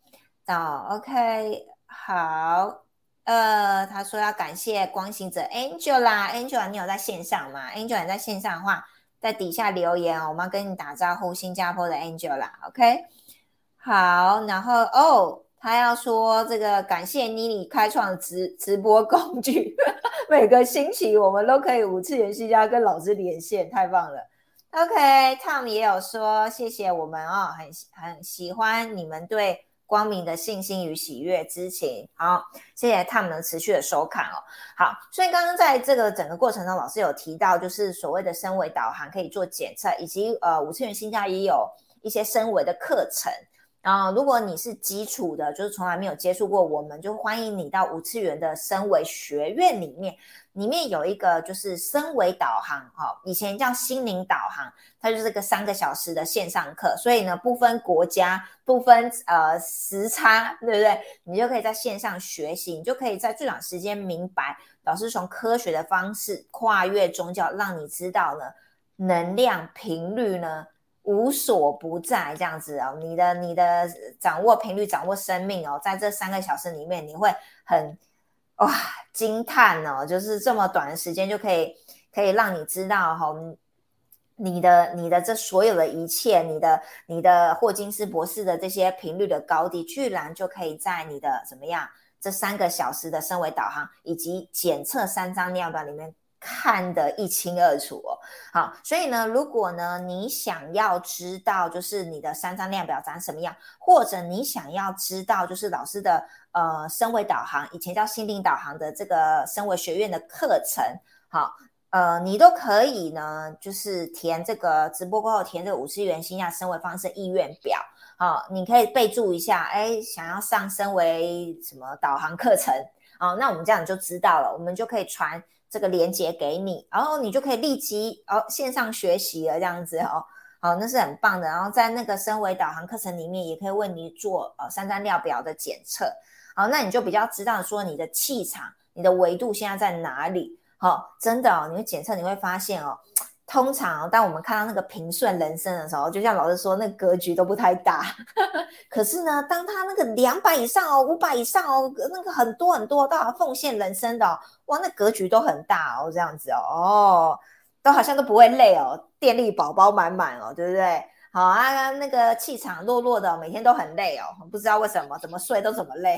OK， 好，他说要感谢光行者 Angela 你有在线上吗 ？Angela 你在线上的话，在底下留言我们要跟你打招呼，新加坡的 Angela OK， 好，然后他要说这个感谢妮妮开创的直播工具每个星期我们都可以5次元西加跟老师连线，太棒了。OK， Tom 也有说谢谢我们很喜欢你们对光明的信心与喜悦之情。好，谢谢 Tom 的持续的收看好，所以刚刚在这个整个过程中，老师有提到就是所谓的升维导航可以做检测，以及5次元新家也有一些升维的课程。如果你是基础的，就是从来没有接触过我们，就欢迎你到5次元的升维学院里面有一个就是升维导航以前叫心灵导航，它就是个3个小时的线上课，所以呢不分国家不分时差，对不对？你就可以在线上学习，你就可以在最短时间明白老师从科学的方式跨越宗教，让你知道呢能量频率呢无所不在这样子你的掌握频率掌握生命在这3个小时里面你会很惊叹就是这么短的时间就可以让你知道你的这所有的一切，你的霍金斯博士的这些频率的高低，居然就可以在你的怎么样这3个小时的升维导航以及检测3张尿管里面看得一清二楚好，所以呢，如果呢你想要知道就是你的3张量表长什么样，或者你想要知道就是老师的升维导航，以前叫心灵导航的这个升维学院的课程，好，你都可以呢，就是填这个直播过后填这个5次元星下升维方式意愿表，好，你可以备注一下，想要上升为什么导航课程，那我们这样就知道了，我们就可以传这个连结给你，然后你就可以立即线上学习了，这样子好，那是很棒的。然后在那个升维导航课程里面，也可以为你做3张量表的检测，好，那你就比较知道说你的气场、你的维度现在在哪里。真的你会检测，你会发现通常当我们看到那个平顺人生的时候，就像老师说，那个格局都不太大。可是呢，当他那个200以上500以上那个很多很多到奉献人生的哇，那格局都很大这样子都好像都不会累电力宝宝满满对不对？好啊，那个气场弱弱的，每天都很累不知道为什么，怎么睡都怎么累。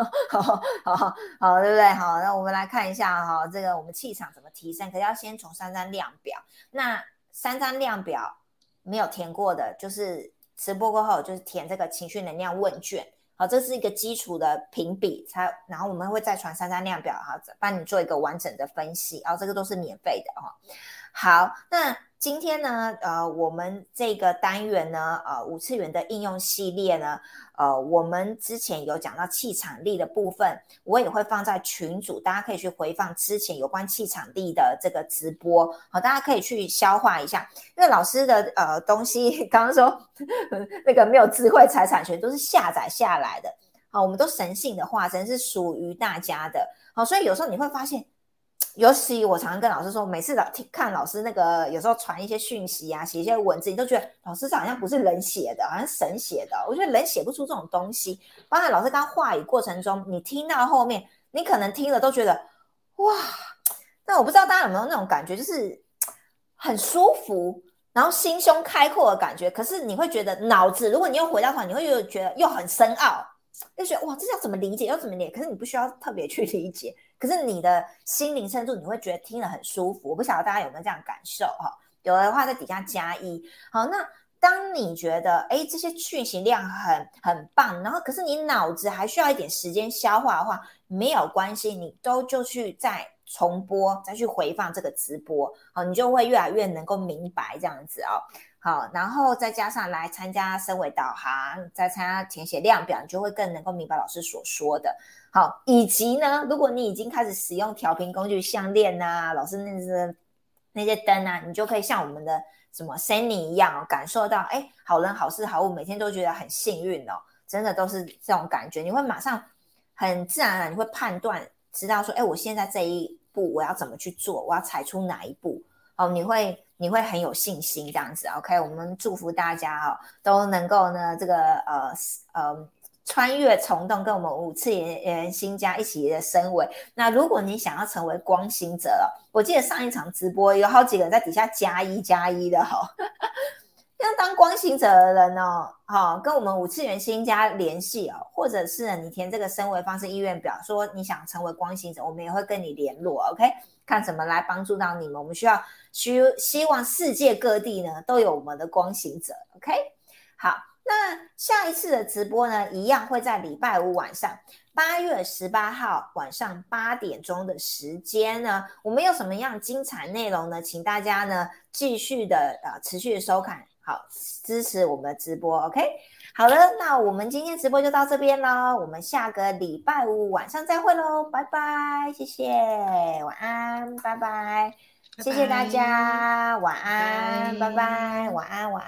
好，对不对？好，那我们来看一下这个我们气场怎么提升，可是要先从3张量表。那3张量表没有填过的，就是直播过后就是填这个情绪能量问卷。好，这是一个基础的评比，然后我们会再传3张量表，帮你做一个完整的分析，这个都是免费的好，那今天呢，我们这个单元呢，5次元的应用系列呢，我们之前有讲到气场力的部分，我也会放在群组，大家可以去回放之前有关气场力的这个直播，好，大家可以去消化一下，因为老师的东西刚刚说那个没有智慧财产权，都是下载下来的，好，我们都神性的化身，是属于大家的，好，所以有时候你会发现。尤其我常常跟老师说，每次看老师那个有时候传一些讯息啊，写一些文字，你都觉得老师这好像不是人写的，好像神写的。我觉得人写不出这种东西。包含老师刚话语过程中，你听到后面，你可能听了都觉得哇，但我不知道大家有没有那种感觉，就是很舒服，然后心胸开阔的感觉。可是你会觉得脑子，如果你又回到头，你会觉得又很深奥，就觉得哇，这要怎么理解？要怎么理解？可是你不需要特别去理解。可是你的心灵深处你会觉得听了很舒服，我不晓得大家有没有这样感受有的话在底下加1。好，那当你觉得这些讯息量很棒，然后可是你脑子还需要一点时间消化的话，没有关系，你就去再重播，再去回放这个直播，好，你就会越来越能够明白这样子好，然后再加上来参加升维导航，再参加填写量表，你就会更能够明白老师所说的。好，以及呢，如果你已经开始使用调频工具项链啊，老师那些灯啊，你就可以像我们的什么 Sunny 一样感受到好人好事好物，每天都觉得很幸运真的都是这种感觉，你会马上很自然而然你会判断知道说我现在这一步我要怎么去做，我要踩出哪一步你会很有信心这样子 OK， 我们祝福大家都能够呢这个穿越虫洞，跟我们5次元新家一起的升维。那如果你想要成为光行者我记得上一场直播有好几个人在底下加1的要当光行者的人跟我们5次元新家联系或者是你填这个升维方式意愿表，说你想成为光行者，我们也会跟你联络 OK， 看怎么来帮助到你们。我们希望世界各地呢都有我们的光行者 OK。 好，那下一次的直播呢，一样会在礼拜5晚上8月18号晚上8点钟的时间呢，我们有什么样精彩内容呢？请大家呢继续的持续的收看，好，支持我们的直播 OK。 好了，那我们今天直播就到这边咯，我们下个礼拜5晚上再会咯，拜拜，谢谢，晚安，拜拜，谢谢大家，晚安，拜拜，晚安，晚安。